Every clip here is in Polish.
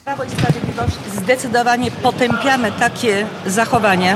Prawo i Sprawiedliwość zdecydowanie potępiamy takie zachowania.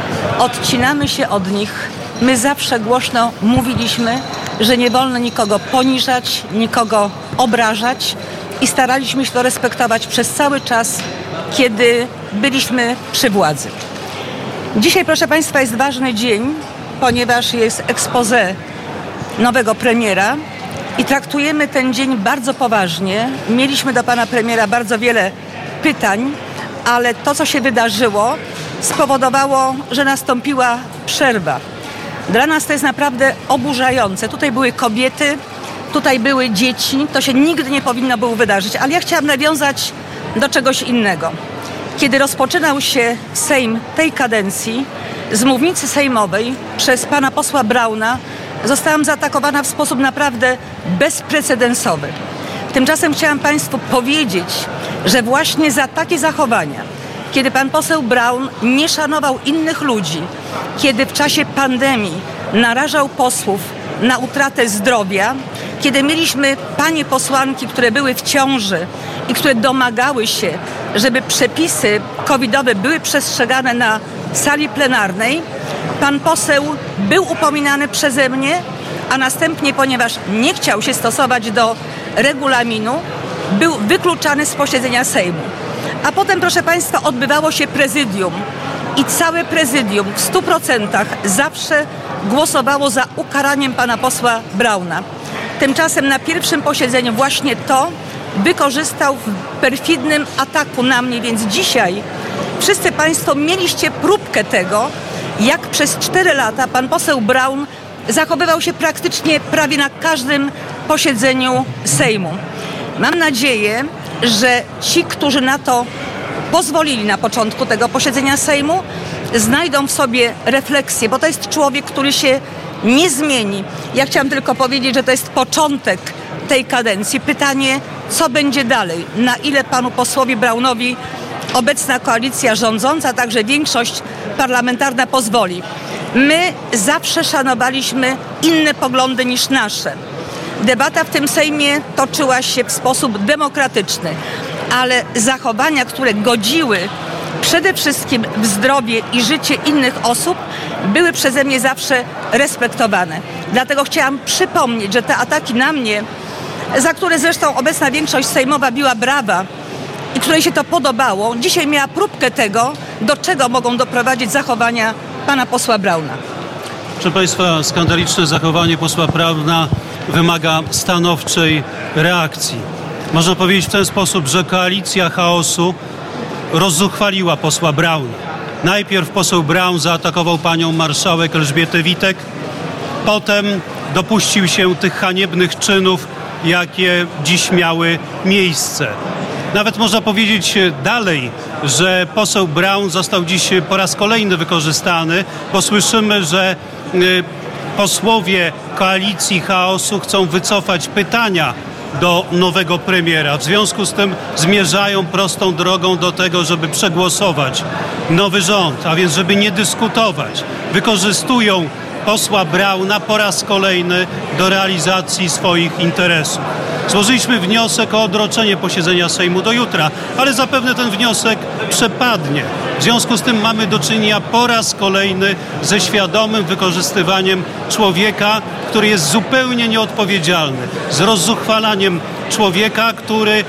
Odcinamy się od nich. My zawsze głośno mówiliśmy, że nie wolno nikogo poniżać, nikogo obrażać i staraliśmy się to respektować przez cały czas, kiedy byliśmy przy władzy. Dzisiaj, proszę Państwa, jest ważny dzień, ponieważ jest expose nowego premiera i traktujemy ten dzień bardzo poważnie. Mieliśmy do pana premiera bardzo wiele pytań, ale to, co się wydarzyło, spowodowało, że nastąpiła przerwa. Dla nas to jest naprawdę oburzające. Tutaj były kobiety, tutaj były dzieci. To się nigdy nie powinno było wydarzyć. Ale ja chciałam nawiązać do czegoś innego. Kiedy rozpoczynał się Sejm tej kadencji, z mównicy sejmowej przez pana posła Brauna zostałam zaatakowana w sposób naprawdę bezprecedensowy. Tymczasem chciałam Państwu powiedzieć, że właśnie za takie zachowania, kiedy pan poseł Braun nie szanował innych ludzi, kiedy w czasie pandemii narażał posłów na utratę zdrowia, kiedy mieliśmy panie posłanki, które były w ciąży i które domagały się, żeby przepisy covidowe były przestrzegane na sali plenarnej, pan poseł był upominany przeze mnie, a następnie, ponieważ nie chciał się stosować do regulaminu, był wykluczany z posiedzenia Sejmu. A potem, proszę Państwa, odbywało się prezydium i całe prezydium w 100% zawsze głosowało za ukaraniem pana posła Brauna. Tymczasem na pierwszym posiedzeniu właśnie to wykorzystał w perfidnym ataku na mnie, więc dzisiaj wszyscy Państwo mieliście próbkę tego, jak przez 4 lata pan poseł Braun zachowywał się praktycznie prawie na każdym posiedzeniu Sejmu. Mam nadzieję, że ci, którzy na to pozwolili na początku tego posiedzenia Sejmu, znajdą w sobie refleksję, bo to jest człowiek, który się nie zmieni. Ja chciałam tylko powiedzieć, że to jest początek tej kadencji. Pytanie, co będzie dalej? Na ile panu posłowi Braunowi obecna koalicja rządząca, także większość parlamentarna pozwoli? My zawsze szanowaliśmy inne poglądy niż nasze. Debata w tym Sejmie toczyła się w sposób demokratyczny, ale zachowania, które godziły przede wszystkim w zdrowie i życie innych osób, były przeze mnie zawsze respektowane. Dlatego chciałam przypomnieć, że te ataki na mnie, za które zresztą obecna większość sejmowa biła brawa i której się to podobało, dzisiaj miała próbkę tego, do czego mogą doprowadzić zachowania pana posła Brauna. Proszę Państwa, skandaliczne zachowanie posła Brauna wymaga stanowczej reakcji. Można powiedzieć w ten sposób, że koalicja chaosu rozzuchwaliła posła Brauna. Najpierw poseł Braun zaatakował panią marszałek Elżbietę Witek, potem dopuścił się tych haniebnych czynów, jakie dziś miały miejsce. Nawet można powiedzieć dalej, że poseł Braun został dziś po raz kolejny wykorzystany, bo słyszymy, że posłowie koalicji chaosu chcą wycofać pytania do nowego premiera. W związku z tym zmierzają prostą drogą do tego, żeby przegłosować nowy rząd, a więc żeby nie dyskutować. Wykorzystują posła Brauna po raz kolejny do realizacji swoich interesów. Złożyliśmy wniosek o odroczenie posiedzenia Sejmu do jutra, ale zapewne ten wniosek przepadnie. W związku z tym mamy do czynienia po raz kolejny ze świadomym wykorzystywaniem człowieka, który jest zupełnie nieodpowiedzialny, z rozzuchwalaniem człowieka, który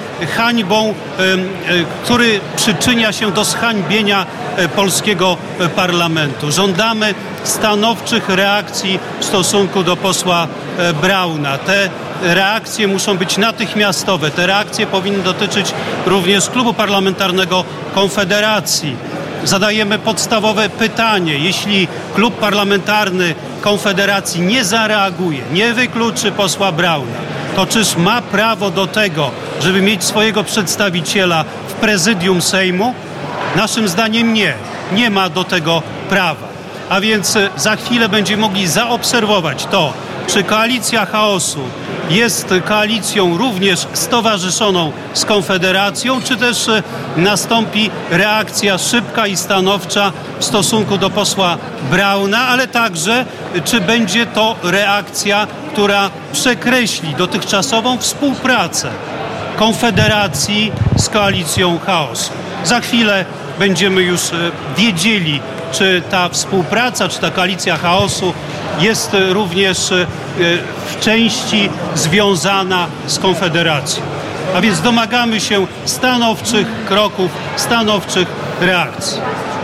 który przyczynia się do zhańbienia polskiego parlamentu. Żądamy stanowczych reakcji w stosunku do posła Brauna. Te reakcje muszą być natychmiastowe. Te reakcje powinny dotyczyć również klubu parlamentarnego Konfederacji. Zadajemy podstawowe pytanie. Jeśli klub parlamentarny Konfederacji nie zareaguje, nie wykluczy posła Brauna, to czyż ma prawo do tego, żeby mieć swojego przedstawiciela w prezydium Sejmu? Naszym zdaniem nie. Nie ma do tego prawa. A więc za chwilę będziemy mogli zaobserwować to, czy koalicja chaosu jest koalicją również stowarzyszoną z Konfederacją, czy też nastąpi reakcja szybka i stanowcza w stosunku do posła Brauna, ale także czy będzie to reakcja, która przekreśli dotychczasową współpracę Konfederacji z koalicją chaosu. Za chwilę będziemy już wiedzieli, czy ta współpraca, czy ta koalicja chaosu jest również w części związana z Konfederacją. A więc domagamy się stanowczych kroków, stanowczych reakcji.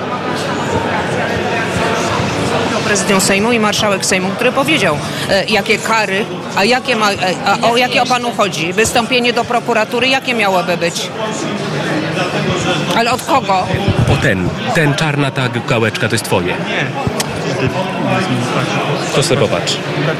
Prezydium Sejmu i marszałek Sejmu, który powiedział, jakie kary, o jakie o panu chodzi. Wystąpienie do prokuratury, jakie miałoby być? Ale od kogo? O ten czarna ta gałeczka to jest twoje. Nie. To sobie popatrz.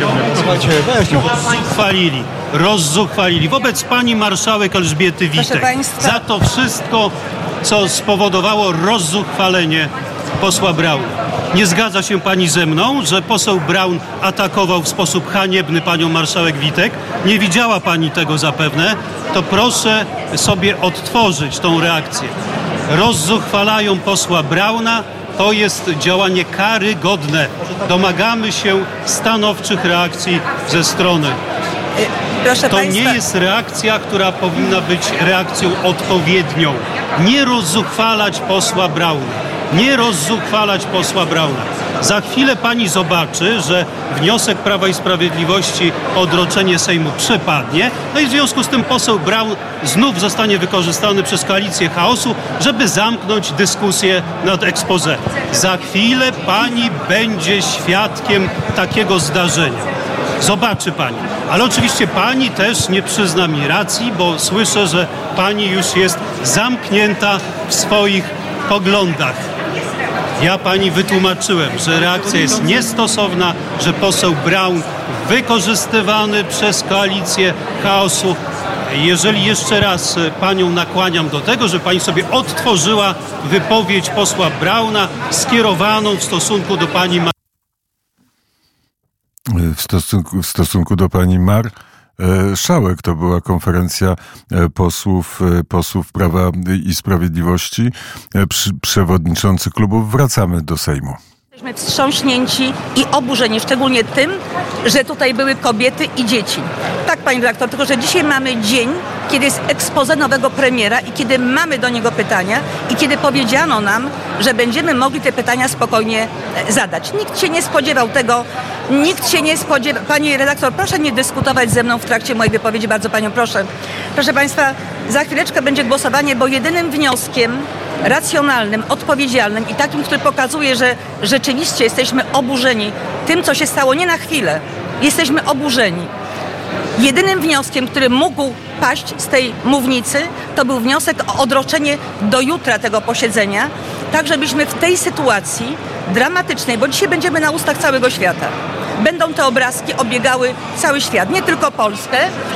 Rozzuchwalili wobec pani marszałek Elżbiety Witek za to wszystko, co spowodowało rozzuchwalenie posła Brauna. Nie zgadza się pani ze mną, że poseł Braun atakował w sposób haniebny panią marszałek Witek? Nie widziała pani tego zapewne? To proszę sobie odtworzyć tą reakcję. Rozzuchwalają posła Brauna. To jest działanie karygodne. Domagamy się stanowczych reakcji ze strony. To nie jest reakcja, która powinna być reakcją odpowiednią. Nie rozzuchwalać posła Brauna. Nie rozzuchwalać posła Brauna. Za chwilę pani zobaczy, że wniosek Prawa i Sprawiedliwości o odroczenie Sejmu przepadnie. No i w związku z tym poseł Braun znów zostanie wykorzystany przez koalicję chaosu, żeby zamknąć dyskusję nad exposé. Za chwilę pani będzie świadkiem takiego zdarzenia. Zobaczy pani. Ale oczywiście pani też nie przyzna mi racji, bo słyszę, że pani już jest zamknięta w swoich poglądach. Ja pani wytłumaczyłem, że reakcja jest niestosowna, że poseł Braun wykorzystywany przez koalicję chaosu. Jeżeli jeszcze raz panią nakłaniam do tego, że pani sobie odtworzyła wypowiedź posła Brauna skierowaną w stosunku do pani w stosunku do pani Marszałek. To była konferencja posłów Prawa i Sprawiedliwości, przewodniczący klubów. Wracamy do Sejmu. Jesteśmy wstrząśnięci i oburzeni, szczególnie tym, że tutaj były kobiety i dzieci. Tak, pani redaktor, tylko że dzisiaj mamy dzień, kiedy jest expose nowego premiera i kiedy mamy do niego pytania i kiedy powiedziano nam, że będziemy mogli te pytania spokojnie zadać. Nikt się nie spodziewał tego, Pani redaktor, proszę nie dyskutować ze mną w trakcie mojej wypowiedzi, bardzo panią proszę. Proszę państwa, za chwileczkę będzie głosowanie, bo jedynym wnioskiem racjonalnym, odpowiedzialnym i takim, który pokazuje, że rzeczywiście jesteśmy oburzeni tym, co się stało, nie na chwilę. Jesteśmy oburzeni. Jedynym wnioskiem, który mógł paść z tej mównicy, to był wniosek o odroczenie do jutra tego posiedzenia, tak żebyśmy w tej sytuacji dramatycznej, bo dzisiaj będziemy na ustach całego świata, będą te obrazki obiegały cały świat, nie tylko Polskę.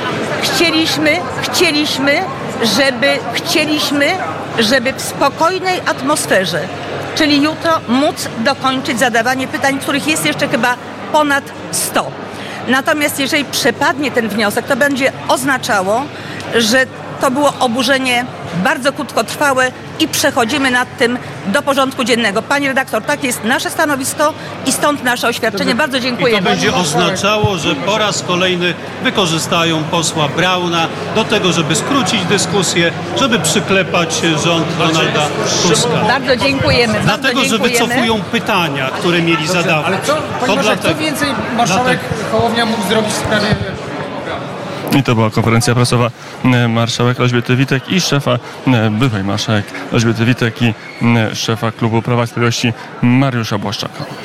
Chcieliśmy, żeby w spokojnej atmosferze, czyli jutro, móc dokończyć zadawanie pytań, których jest jeszcze chyba ponad 100. Natomiast jeżeli przepadnie ten wniosek, to będzie oznaczało, że to było oburzenie bardzo krótkotrwałe i przechodzimy nad tym do porządku dziennego. Pani redaktor, takie jest nasze stanowisko i stąd nasze oświadczenie. Bardzo dziękuję. I to będzie oznaczało, że po raz kolejny wykorzystają posła Brauna do tego, żeby skrócić dyskusję, żeby przyklepać rząd Donalda Tuska. Bardzo dziękujemy. Dlatego, że wycofują pytania, które mieli zadawać. Ale co więcej marszałek Hołownia mógł zrobić w sprawie... I to była konferencja prasowa marszałek Elżbiety Witek i byłej marszałek Elżbiety Witek i szefa klubu Prawa i Sprawiedliwości Mariusza Błaszczaka.